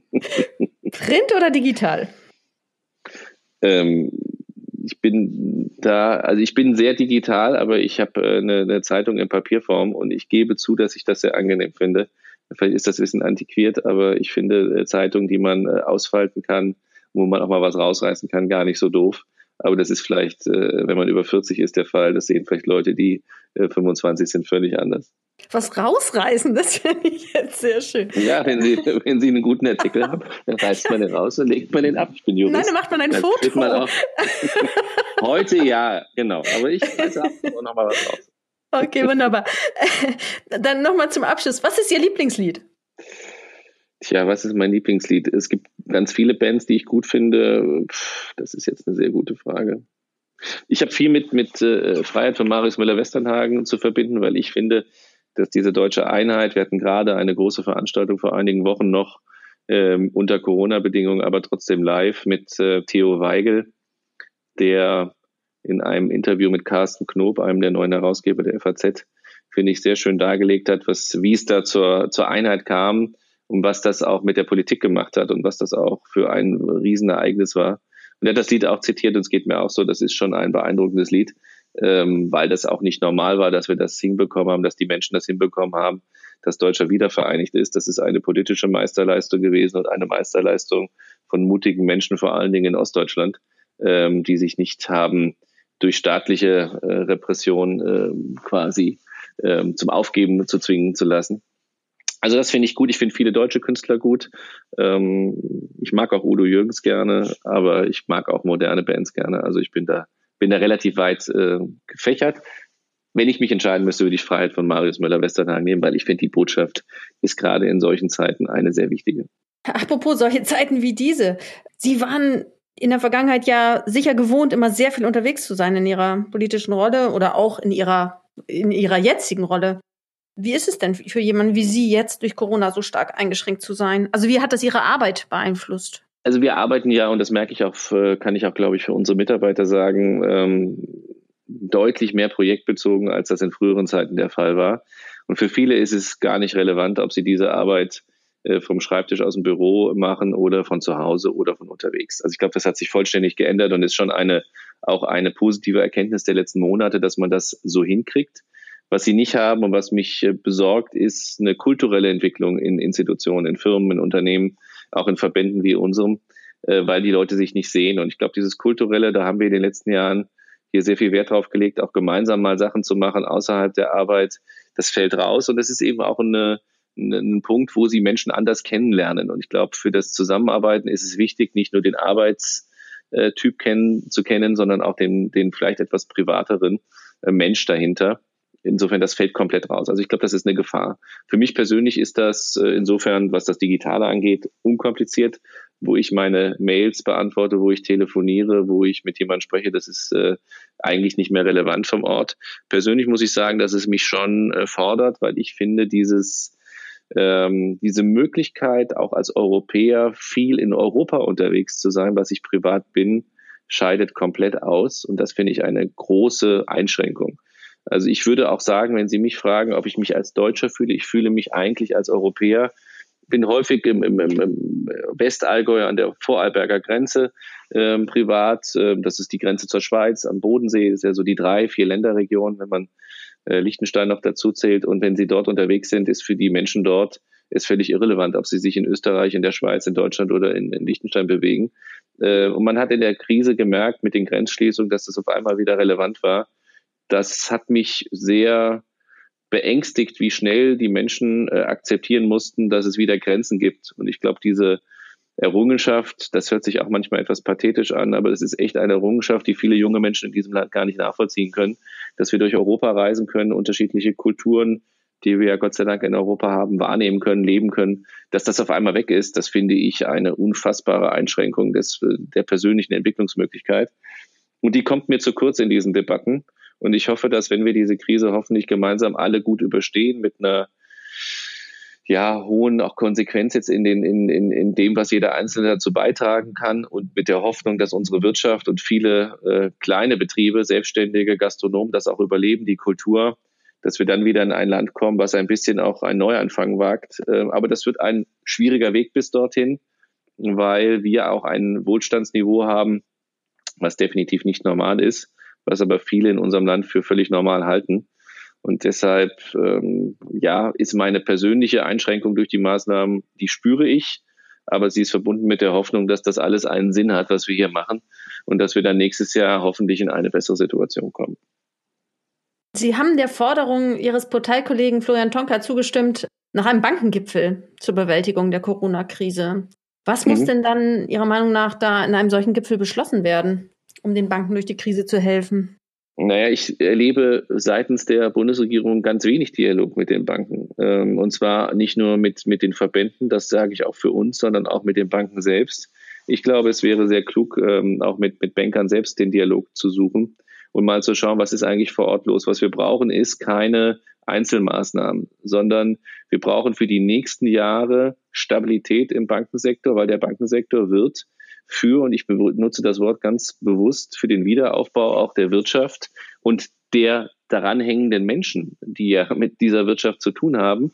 [SPEAKER 3] Print oder digital?
[SPEAKER 1] Ähm, ich bin da, also ich bin sehr digital, aber ich habe äh, eine, eine Zeitung in Papierform und ich gebe zu, dass ich das sehr angenehm finde. Vielleicht ist das ein bisschen antiquiert, aber ich finde äh, Zeitungen, die man äh, ausfalten kann, wo man auch mal was rausreißen kann, gar nicht so doof. Aber das ist vielleicht, äh, wenn man über vierzig ist, der Fall. Das sehen vielleicht Leute, die äh, fünfundzwanzig sind, völlig anders.
[SPEAKER 3] Was rausreißen, das finde ich jetzt sehr schön.
[SPEAKER 1] Ja, wenn Sie, wenn Sie einen guten Artikel haben, dann reißt man den raus und legt man den ab. Ich bin Jurist.
[SPEAKER 3] Nein, dann macht man ein dann Foto. Man auch
[SPEAKER 1] Heute ja, genau. Aber ich reiße ab und noch mal was raus.
[SPEAKER 3] Okay, wunderbar. Dann nochmal zum Abschluss. Was ist Ihr Lieblingslied?
[SPEAKER 1] Tja, was ist mein Lieblingslied? Es gibt ganz viele Bands, die ich gut finde. Das ist jetzt eine sehr gute Frage. Ich habe viel mit, mit äh, Freiheit von Marius Müller-Westernhagen zu verbinden, weil ich finde, dass diese deutsche Einheit, wir hatten gerade eine große Veranstaltung vor einigen Wochen noch ähm, unter Corona-Bedingungen, aber trotzdem live mit äh, Theo Weigel, der in einem Interview mit Carsten Knob, einem der neuen Herausgeber der F A Z, finde ich, sehr schön dargelegt hat, was, wie es da zur, zur Einheit kam und was das auch mit der Politik gemacht hat und was das auch für ein Riesenereignis war. Und er hat das Lied auch zitiert und es geht mir auch so, das ist schon ein beeindruckendes Lied, ähm, weil das auch nicht normal war, dass wir das hinbekommen haben, dass die Menschen das hinbekommen haben, dass Deutschland wieder vereinigt ist. Das ist eine politische Meisterleistung gewesen und eine Meisterleistung von mutigen Menschen, vor allen Dingen in Ostdeutschland, ähm, die sich nicht haben durch staatliche äh, Repression äh, quasi äh, zum Aufgeben zu zwingen zu lassen. Also das finde ich gut. Ich finde viele deutsche Künstler gut. Ähm, ich mag auch Udo Jürgens gerne, aber ich mag auch moderne Bands gerne. Also ich bin da bin da relativ weit äh, gefächert. Wenn ich mich entscheiden müsste, würde ich Freiheit von Marius Müller-Westernhagen nehmen, weil ich finde, die Botschaft ist gerade in solchen Zeiten eine sehr wichtige.
[SPEAKER 3] Apropos solche Zeiten wie diese. Sie waren in der Vergangenheit ja sicher gewohnt, immer sehr viel unterwegs zu sein in Ihrer politischen Rolle oder auch in Ihrer, in Ihrer jetzigen Rolle. Wie ist es denn für jemanden wie Sie jetzt durch Corona so stark eingeschränkt zu sein? Also wie hat das Ihre Arbeit beeinflusst?
[SPEAKER 1] Also wir arbeiten ja, und das merke ich auch, kann ich auch, glaube ich, für unsere Mitarbeiter sagen, ähm, deutlich mehr projektbezogen, als das in früheren Zeiten der Fall war. Und für viele ist es gar nicht relevant, ob sie diese Arbeit äh, vom Schreibtisch aus dem Büro machen oder von zu Hause oder von unterwegs. Also ich glaube, das hat sich vollständig geändert und ist schon eine auch eine positive Erkenntnis der letzten Monate, dass man das so hinkriegt. Was sie nicht haben und was mich besorgt, ist eine kulturelle Entwicklung in Institutionen, in Firmen, in Unternehmen, auch in Verbänden wie unserem, weil die Leute sich nicht sehen. Und ich glaube, dieses Kulturelle, da haben wir in den letzten Jahren hier sehr viel Wert drauf gelegt, auch gemeinsam mal Sachen zu machen außerhalb der Arbeit. Das fällt raus und das ist eben auch eine, ein Punkt, wo sie Menschen anders kennenlernen. Und ich glaube, für das Zusammenarbeiten ist es wichtig, nicht nur den Arbeitstyp kennen, zu kennen, sondern auch den, den vielleicht etwas privateren Mensch dahinter. Insofern, das fällt komplett raus. Also ich glaube, das ist eine Gefahr. Für mich persönlich ist das äh, insofern, was das Digitale angeht, unkompliziert, wo ich meine Mails beantworte, wo ich telefoniere, wo ich mit jemandem spreche. Das ist äh, eigentlich nicht mehr relevant vom Ort. Persönlich muss ich sagen, dass es mich schon äh, fordert, weil ich finde, dieses ähm, diese Möglichkeit, auch als Europäer viel in Europa unterwegs zu sein, was ich privat bin, scheidet komplett aus. Und das finde ich eine große Einschränkung. Also ich würde auch sagen, wenn Sie mich fragen, ob ich mich als Deutscher fühle, ich fühle mich eigentlich als Europäer. Bin häufig im, im, im Westallgäu an der Vorarlberger Grenze äh, privat. Äh, das ist die Grenze zur Schweiz, am Bodensee. Das ist ja so die drei, vier Länderregionen, wenn man äh, Liechtenstein noch dazu zählt. Und wenn Sie dort unterwegs sind, ist für die Menschen dort ist völlig irrelevant, ob sie sich in Österreich, in der Schweiz, in Deutschland oder in, in Liechtenstein bewegen. Äh, und man hat in der Krise gemerkt mit den Grenzschließungen, dass das auf einmal wieder relevant war. Das hat mich sehr beängstigt, wie schnell die Menschen äh, akzeptieren mussten, dass es wieder Grenzen gibt. Und ich glaube, diese Errungenschaft, das hört sich auch manchmal etwas pathetisch an, aber es ist echt eine Errungenschaft, die viele junge Menschen in diesem Land gar nicht nachvollziehen können, dass wir durch Europa reisen können, unterschiedliche Kulturen, die wir ja Gott sei Dank in Europa haben, wahrnehmen können, leben können. Dass das auf einmal weg ist, das finde ich eine unfassbare Einschränkung des, der persönlichen Entwicklungsmöglichkeit. Und die kommt mir zu kurz in diesen Debatten. Und ich hoffe, dass wenn wir diese Krise hoffentlich gemeinsam alle gut überstehen, mit einer ja, hohen auch Konsequenz jetzt in, den, in, in, in dem, was jeder Einzelne dazu beitragen kann und mit der Hoffnung, dass unsere Wirtschaft und viele äh, kleine Betriebe, Selbstständige, Gastronomen das auch überleben, die Kultur, dass wir dann wieder in ein Land kommen, was ein bisschen auch einen Neuanfang wagt. Äh, aber das wird ein schwieriger Weg bis dorthin, weil wir auch ein Wohlstandsniveau haben, was definitiv nicht normal ist, was aber viele in unserem Land für völlig normal halten. Und deshalb, ähm, ja, ist meine persönliche Einschränkung durch die Maßnahmen, die spüre ich, aber sie ist verbunden mit der Hoffnung, dass das alles einen Sinn hat, was wir hier machen und dass wir dann nächstes Jahr hoffentlich in eine bessere Situation kommen.
[SPEAKER 3] Sie haben der Forderung Ihres Parteikollegen Florian Tonka zugestimmt, nach einem Bankengipfel zur Bewältigung der Corona-Krise. Was mhm. muss denn dann Ihrer Meinung nach da in einem solchen Gipfel beschlossen werden, um den Banken durch die Krise zu helfen?
[SPEAKER 1] Naja, ich erlebe seitens der Bundesregierung ganz wenig Dialog mit den Banken. Und zwar nicht nur mit, mit den Verbänden, das sage ich auch für uns, sondern auch mit den Banken selbst. Ich glaube, es wäre sehr klug, auch mit, mit Bankern selbst den Dialog zu suchen und mal zu schauen, was ist eigentlich vor Ort los. Was wir brauchen, ist keine Einzelmaßnahmen, sondern wir brauchen für die nächsten Jahre Stabilität im Bankensektor, weil der Bankensektor wird für, und ich benutze das Wort ganz bewusst, für den Wiederaufbau auch der Wirtschaft und der daran hängenden Menschen, die ja mit dieser Wirtschaft zu tun haben,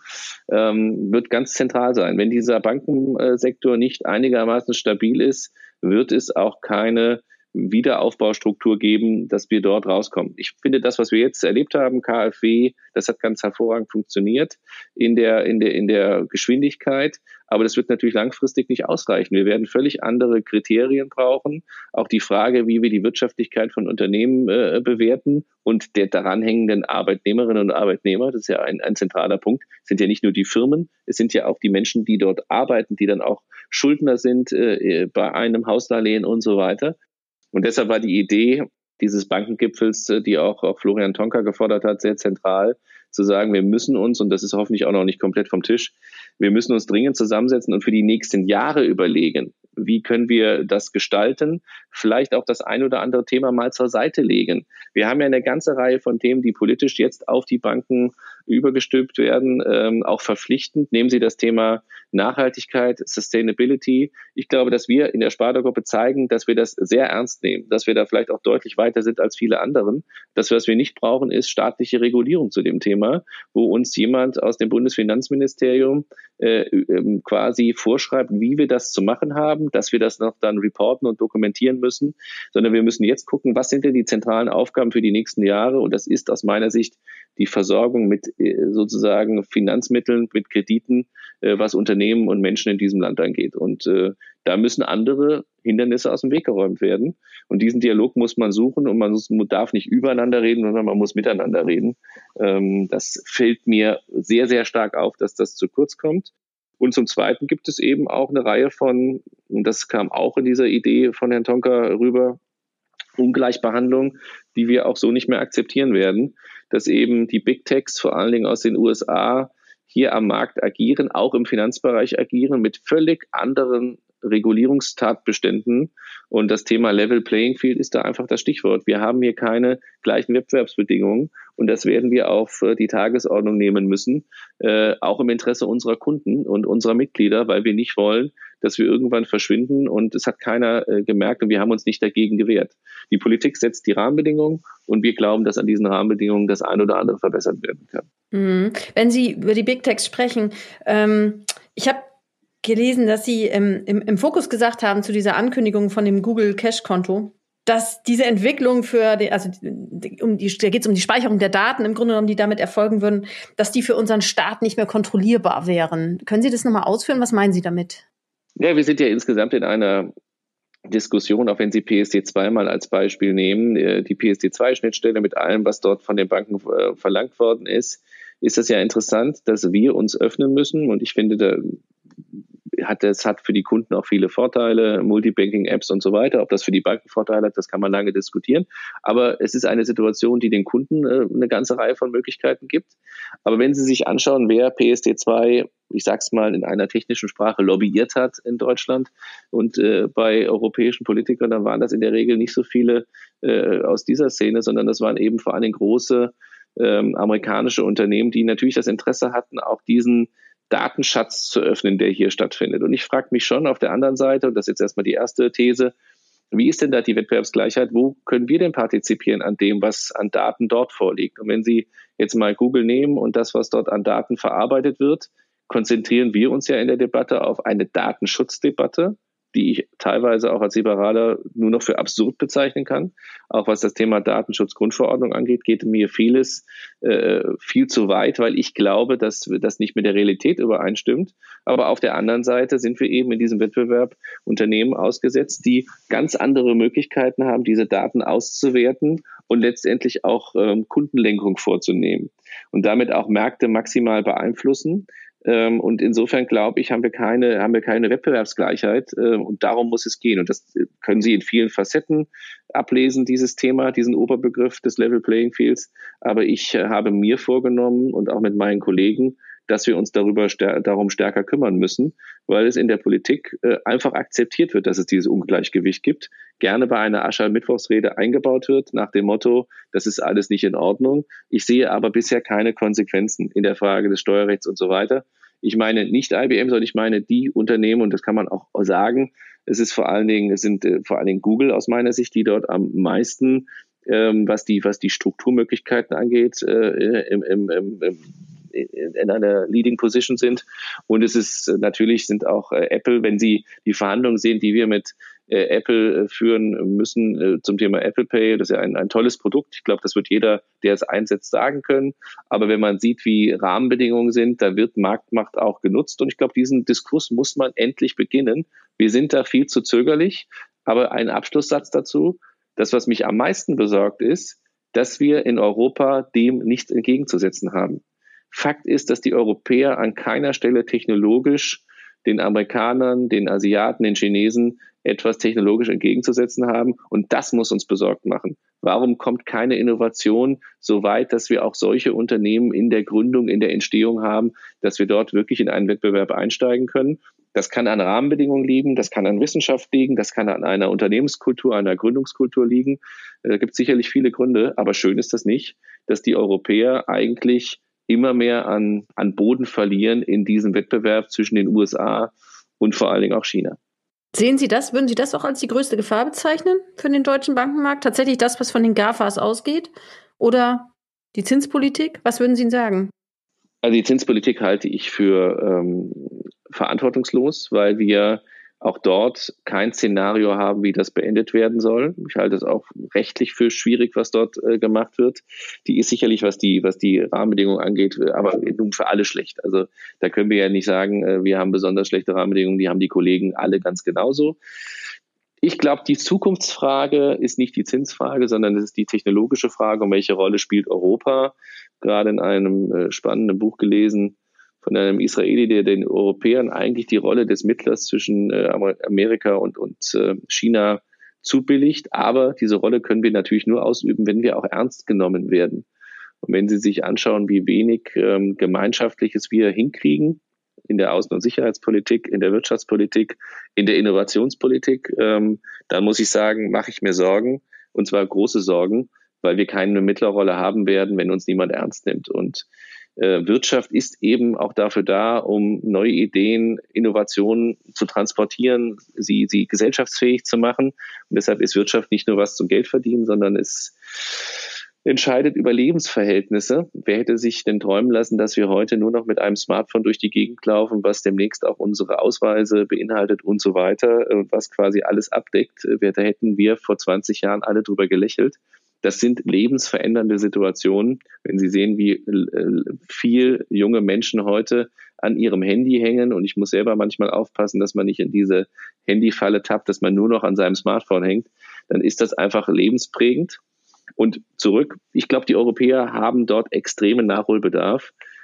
[SPEAKER 1] ähm, wird ganz zentral sein. Wenn dieser Bankensektor nicht einigermaßen stabil ist, wird es auch keine Wiederaufbaustruktur geben, dass wir dort rauskommen. Ich finde, das, was wir jetzt erlebt haben, KfW, das hat ganz hervorragend funktioniert in der, in der, in der Geschwindigkeit. Aber das wird natürlich langfristig nicht ausreichen. Wir werden völlig andere Kriterien brauchen. Auch die Frage, wie wir die Wirtschaftlichkeit von Unternehmen äh, bewerten und der daran hängenden Arbeitnehmerinnen und Arbeitnehmer, das ist ja ein, ein zentraler Punkt, sind ja nicht nur die Firmen, es sind ja auch die Menschen, die dort arbeiten, die dann auch Schuldner sind äh, bei einem Hausdarlehen und so weiter. Und deshalb war die Idee dieses Bankengipfels, die auch, auch Florian Tonka gefordert hat, sehr zentral, zu sagen, wir müssen uns, und das ist hoffentlich auch noch nicht komplett vom Tisch, wir müssen uns dringend zusammensetzen und für die nächsten Jahre überlegen, wie können wir das gestalten, vielleicht auch das ein oder andere Thema mal zur Seite legen. Wir haben ja eine ganze Reihe von Themen, die politisch jetzt auf die Banken übergestülpt werden, ähm, auch verpflichtend. Nehmen Sie das Thema Nachhaltigkeit, Sustainability. Ich glaube, dass wir in der Sparda-Gruppe zeigen, dass wir das sehr ernst nehmen, dass wir da vielleicht auch deutlich weiter sind als viele anderen. Das, was wir nicht brauchen, ist staatliche Regulierung zu dem Thema, wo uns jemand aus dem Bundesfinanzministerium äh, äh, quasi vorschreibt, wie wir das zu machen haben, dass wir das noch dann reporten und dokumentieren müssen, sondern wir müssen jetzt gucken, was sind denn die zentralen Aufgaben für die nächsten Jahre, und das ist aus meiner Sicht die Versorgung mit äh, sozusagen Finanzmitteln, mit Krediten, äh, was Unternehmen und Menschen in diesem Land angeht. Und äh, da müssen andere Hindernisse aus dem Weg geräumt werden. Und diesen Dialog muss man suchen, und man muss, darf nicht übereinander reden, sondern man muss miteinander reden. Ähm, das fällt mir sehr, sehr stark auf, dass das zu kurz kommt. Und zum Zweiten gibt es eben auch eine Reihe von, und das kam auch in dieser Idee von Herrn Tonka rüber, Ungleichbehandlung, die wir auch so nicht mehr akzeptieren werden, dass eben die Big Techs, vor allen Dingen aus den U S A, hier am Markt agieren, auch im Finanzbereich agieren, mit völlig anderen Regulierungstatbeständen, und das Thema Level Playing Field ist da einfach das Stichwort. Wir haben hier keine gleichen Wettbewerbsbedingungen, und das werden wir auf die Tagesordnung nehmen müssen, äh, auch im Interesse unserer Kunden und unserer Mitglieder, weil wir nicht wollen, dass wir irgendwann verschwinden, und es hat keiner äh, gemerkt, und wir haben uns nicht dagegen gewehrt. Die Politik setzt die Rahmenbedingungen, und wir glauben, dass an diesen Rahmenbedingungen das ein oder andere verbessert werden kann.
[SPEAKER 3] Mhm. Wenn Sie über die Big Techs sprechen, ähm, ich habe gelesen, dass Sie im, im, im Fokus gesagt haben zu dieser Ankündigung von dem Google Cash-Konto, dass diese Entwicklung für die, also um die, da geht es um die Speicherung der Daten im Grunde genommen, die damit erfolgen würden, dass die für unseren Staat nicht mehr kontrollierbar wären. Können Sie das nochmal ausführen? Was meinen Sie damit?
[SPEAKER 1] Ja, wir sind ja insgesamt in einer Diskussion, auch wenn Sie P S D zwei mal als Beispiel nehmen, die P S D zwei Schnittstelle mit allem, was dort von den Banken äh, verlangt worden ist, ist es ja interessant, dass wir uns öffnen müssen, und ich finde, da hat es hat für die Kunden auch viele Vorteile, Multibanking-Apps und so weiter. Ob das für die Banken Vorteile hat, das kann man lange diskutieren. Aber es ist eine Situation, die den Kunden äh, eine ganze Reihe von Möglichkeiten gibt. Aber wenn Sie sich anschauen, wer P S D zwei ich sag's mal in einer technischen Sprache, lobbyiert hat in Deutschland. Und äh, bei europäischen Politikern, dann waren das in der Regel nicht so viele äh, aus dieser Szene, sondern das waren eben vor allem große ähm, amerikanische Unternehmen, die natürlich das Interesse hatten, auch diesen Datenschatz zu öffnen, der hier stattfindet. Und ich frage mich schon auf der anderen Seite, und das ist jetzt erstmal die erste These, wie ist denn da die Wettbewerbsgleichheit? Wo können wir denn partizipieren an dem, was an Daten dort vorliegt? Und wenn Sie jetzt mal Google nehmen und das, was dort an Daten verarbeitet wird, konzentrieren wir uns ja in der Debatte auf eine Datenschutzdebatte, die ich teilweise auch als Liberaler nur noch für absurd bezeichnen kann. Auch was das Thema Datenschutzgrundverordnung angeht, geht mir vieles äh, viel zu weit, weil ich glaube, dass das nicht mit der Realität übereinstimmt. Aber auf der anderen Seite sind wir eben in diesem Wettbewerb Unternehmen ausgesetzt, die ganz andere Möglichkeiten haben, diese Daten auszuwerten und letztendlich auch ähm, Kundenlenkung vorzunehmen und damit auch Märkte maximal beeinflussen. Und insofern glaube ich, haben wir keine, haben wir keine Wettbewerbsgleichheit und darum muss es gehen. Und das können Sie in vielen Facetten ablesen, dieses Thema, diesen Oberbegriff des Level Playing Fields. Aber ich habe mir vorgenommen und auch mit meinen Kollegen, dass wir uns darüber darum stärker kümmern müssen, weil es in der Politik einfach akzeptiert wird, dass es dieses Ungleichgewicht gibt, gerne bei einer Aschermittwochsrede eingebaut wird, nach dem Motto, das ist alles nicht in Ordnung. Ich sehe aber bisher keine Konsequenzen in der Frage des Steuerrechts und so weiter. Ich meine nicht I B M, sondern ich meine die Unternehmen, und das kann man auch sagen, es ist vor allen Dingen, es sind vor allen Dingen Google aus meiner Sicht, die dort am meisten, ähm, was die, was die Strukturmöglichkeiten angeht, äh, im, im, im, im in einer Leading Position sind. Und es ist natürlich sind auch äh, Apple, wenn Sie die Verhandlungen sehen, die wir mit äh, Apple äh, führen müssen äh, zum Thema Apple Pay, das ist ja ein, ein tolles Produkt. Ich glaube, das wird jeder, der es einsetzt, sagen können. Aber wenn man sieht, wie Rahmenbedingungen sind, da wird Marktmacht auch genutzt. Und ich glaube, diesen Diskurs muss man endlich beginnen. Wir sind da viel zu zögerlich. Aber ein Abschlusssatz dazu. Das, was mich am meisten besorgt, ist, dass wir in Europa dem nichts entgegenzusetzen haben. Fakt ist, dass die Europäer an keiner Stelle technologisch den Amerikanern, den Asiaten, den Chinesen etwas technologisch entgegenzusetzen haben. Und das muss uns besorgt machen. Warum kommt keine Innovation so weit, dass wir auch solche Unternehmen in der Gründung, in der Entstehung haben, dass wir dort wirklich in einen Wettbewerb einsteigen können? Das kann an Rahmenbedingungen liegen, das kann an Wissenschaft liegen, das kann an einer Unternehmenskultur, einer Gründungskultur liegen. Da gibt es sicherlich viele Gründe, aber schön ist das nicht, dass die Europäer eigentlich immer mehr an, an Boden verlieren in diesem Wettbewerb zwischen den U S A und vor allen Dingen auch China.
[SPEAKER 3] Sehen Sie das, würden Sie das auch als die größte Gefahr bezeichnen für den deutschen Bankenmarkt? Tatsächlich das, was von den GAFAs ausgeht? Oder die Zinspolitik? Was würden Sie sagen?
[SPEAKER 1] Also die Zinspolitik halte ich für ähm, verantwortungslos, weil wir auch dort kein Szenario haben, wie das beendet werden soll. Ich halte es auch rechtlich für schwierig, was dort äh, gemacht wird. Die ist sicherlich, was die, was die Rahmenbedingungen angeht, aber nun für alle schlecht. Also da können wir ja nicht sagen, äh, wir haben besonders schlechte Rahmenbedingungen, die haben die Kollegen alle ganz genauso. Ich glaube, die Zukunftsfrage ist nicht die Zinsfrage, sondern es ist die technologische Frage, um welche Rolle spielt Europa. Gerade in einem äh, spannenden Buch gelesen, von einem Israeli, der den Europäern eigentlich die Rolle des Mittlers zwischen äh, Amerika und, und äh, China zubilligt. Aber diese Rolle können wir natürlich nur ausüben, wenn wir auch ernst genommen werden. Und wenn Sie sich anschauen, wie wenig ähm, Gemeinschaftliches wir hinkriegen in der Außen- und Sicherheitspolitik, in der Wirtschaftspolitik, in der Innovationspolitik, ähm, dann muss ich sagen, mache ich mir Sorgen, und zwar große Sorgen, weil wir keine Mittlerrolle haben werden, wenn uns niemand ernst nimmt. Und Wirtschaft ist eben auch dafür da, um neue Ideen, Innovationen zu transportieren, sie, sie gesellschaftsfähig zu machen. Und deshalb ist Wirtschaft nicht nur was zum Geld verdienen, sondern es entscheidet über Lebensverhältnisse. Wer hätte sich denn träumen lassen, dass wir heute nur noch mit einem Smartphone durch die Gegend laufen, was demnächst auch unsere Ausweise beinhaltet und so weiter, was quasi alles abdeckt. Da hätten wir vor zwanzig Jahren alle drüber gelächelt. Das sind lebensverändernde Situationen. Wenn Sie sehen, wie viel junge Menschen heute an ihrem Handy hängen, und ich muss selber manchmal aufpassen, dass man nicht in diese Handyfalle tappt, dass man nur noch an seinem Smartphone hängt, dann ist das einfach lebensprägend. Und zurück, ich glaube, die Europäer haben dort extremen Nachholbedarf.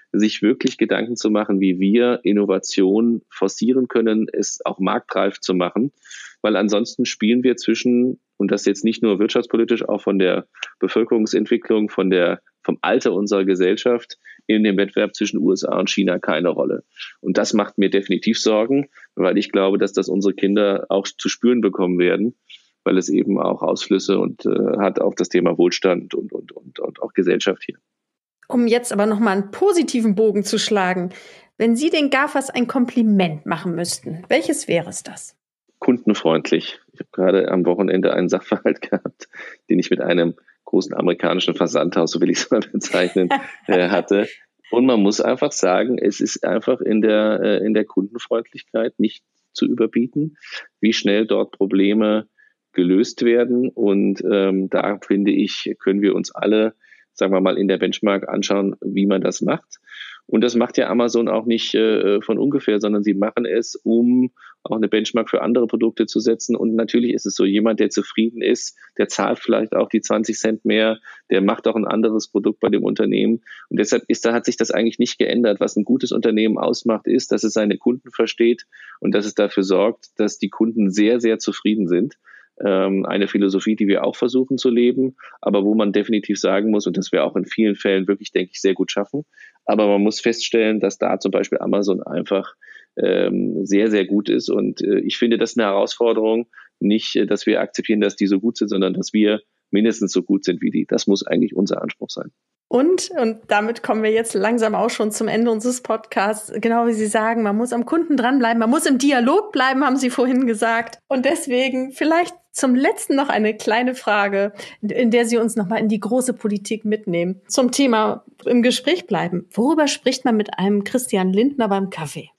[SPEAKER 1] sich wirklich Gedanken zu machen, wie wir Innovation forcieren können, es auch marktreif zu machen, weil ansonsten spielen wir zwischen, und das jetzt nicht nur wirtschaftspolitisch, auch von der Bevölkerungsentwicklung, von der, vom Alter unserer Gesellschaft in dem Wettbewerb zwischen U S A und China keine Rolle. Und das macht mir definitiv Sorgen, weil ich glaube, dass das unsere Kinder auch zu spüren bekommen werden, weil es eben auch Ausflüsse und äh, hat auf das Thema Wohlstand und, und, und, und auch Gesellschaft hier.
[SPEAKER 3] Um jetzt aber nochmal einen positiven Bogen zu schlagen, wenn Sie den GAFAs ein Kompliment machen müssten, welches wäre es das?
[SPEAKER 1] Kundenfreundlich. Ich habe gerade am Wochenende einen Sachverhalt gehabt, den ich mit einem großen amerikanischen Versandhaus, so will ich es mal bezeichnen, äh, hatte. Und man muss einfach sagen, es ist einfach in der, äh, in der Kundenfreundlichkeit nicht zu überbieten, wie schnell dort Probleme gelöst werden. Und ähm, da finde ich, können wir uns alle, sagen wir mal, in der Benchmark anschauen, wie man das macht. Und das macht ja Amazon auch nicht äh, von ungefähr, sondern sie machen es, um auch eine Benchmark für andere Produkte zu setzen. Und natürlich ist es so, jemand, der zufrieden ist, der zahlt vielleicht auch die zwanzig Cent mehr, der macht auch ein anderes Produkt bei dem Unternehmen. Und deshalb ist, da hat sich das eigentlich nicht geändert. Was ein gutes Unternehmen ausmacht, ist, dass es seine Kunden versteht und dass es dafür sorgt, dass die Kunden sehr, sehr zufrieden sind. Eine Philosophie, die wir auch versuchen zu leben, aber wo man definitiv sagen muss, und das wir auch in vielen Fällen wirklich, denke ich, sehr gut schaffen, aber man muss feststellen, dass da zum Beispiel Amazon einfach ähm, sehr, sehr gut ist und äh, ich finde, das ist eine Herausforderung, nicht, dass wir akzeptieren, dass die so gut sind, sondern dass wir mindestens so gut sind wie die. Das muss eigentlich unser Anspruch sein.
[SPEAKER 3] Und, und damit kommen wir jetzt langsam auch schon zum Ende unseres Podcasts. Genau wie Sie sagen, man muss am Kunden dranbleiben, man muss im Dialog bleiben, haben Sie vorhin gesagt. Und deswegen vielleicht zum Letzten noch eine kleine Frage, in der Sie uns nochmal in die große Politik mitnehmen. Zum Thema im Gespräch bleiben. Worüber spricht man mit einem Christian Lindner beim Kaffee?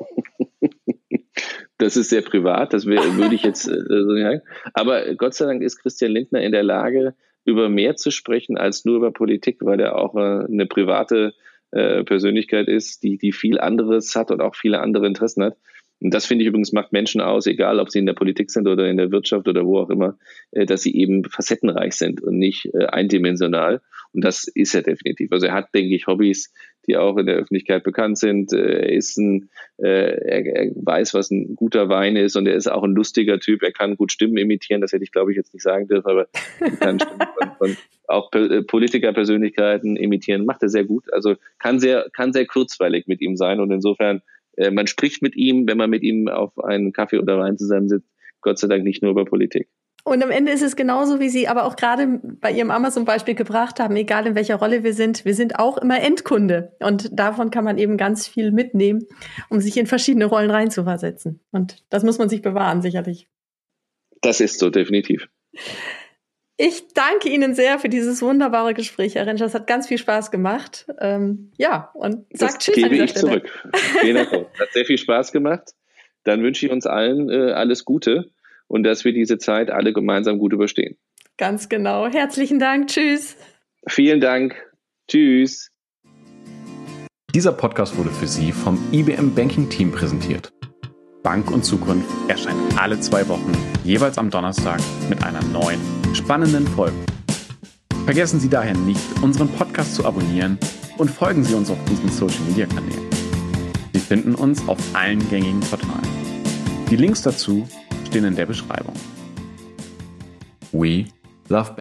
[SPEAKER 1] Das ist sehr privat, das wär, würde ich jetzt äh, so sagen. Aber Gott sei Dank ist Christian Lindner in der Lage, über mehr zu sprechen als nur über Politik, weil er auch äh, eine private äh, Persönlichkeit ist, die, die viel anderes hat und auch viele andere Interessen hat. Und das, finde ich übrigens, macht Menschen aus, egal ob sie in der Politik sind oder in der Wirtschaft oder wo auch immer, äh, dass sie eben facettenreich sind und nicht äh, eindimensional. Und das ist er definitiv. Also er hat, denke ich, Hobbys, die auch in der Öffentlichkeit bekannt sind. Er ist ein, äh, er, er weiß, was ein guter Wein ist und er ist auch ein lustiger Typ. Er kann gut Stimmen imitieren, das hätte ich, glaube ich, jetzt nicht sagen dürfen, aber er kann Stimmen von, von auch Politikerpersönlichkeiten imitieren. Macht er sehr gut. Also kann sehr, kann sehr kurzweilig mit ihm sein und insofern äh, man spricht mit ihm, wenn man mit ihm auf einen Kaffee oder Wein zusammensitzt, Gott sei Dank nicht nur über Politik.
[SPEAKER 3] Und am Ende ist es genauso, wie Sie aber auch gerade bei Ihrem Amazon-Beispiel gebracht haben, egal in welcher Rolle wir sind, wir sind auch immer Endkunde. Und davon kann man eben ganz viel mitnehmen, um sich in verschiedene Rollen reinzuversetzen. Und das muss man sich bewahren, sicherlich.
[SPEAKER 1] Das ist so, definitiv.
[SPEAKER 3] Ich danke Ihnen sehr für dieses wunderbare Gespräch, Herr Rentsch. Das hat ganz viel Spaß gemacht. Ähm, ja, und sagt Tschüss an dieser Stelle. Das gebe ich zurück.
[SPEAKER 1] Vielen Dank. Hat sehr viel Spaß gemacht. Dann wünsche ich uns allen äh, alles Gute. Und dass wir diese Zeit alle gemeinsam gut überstehen.
[SPEAKER 3] Ganz genau. Herzlichen Dank. Tschüss.
[SPEAKER 1] Vielen Dank. Tschüss.
[SPEAKER 2] Dieser Podcast wurde für Sie vom I B M Banking Team präsentiert. Bank und Zukunft erscheint alle zwei Wochen, jeweils am Donnerstag, mit einer neuen, spannenden Folge. Vergessen Sie daher nicht, unseren Podcast zu abonnieren und folgen Sie uns auf unseren Social-Media-Kanälen. Sie finden uns auf allen gängigen Portalen. Die Links dazu stehen in der Beschreibung. We love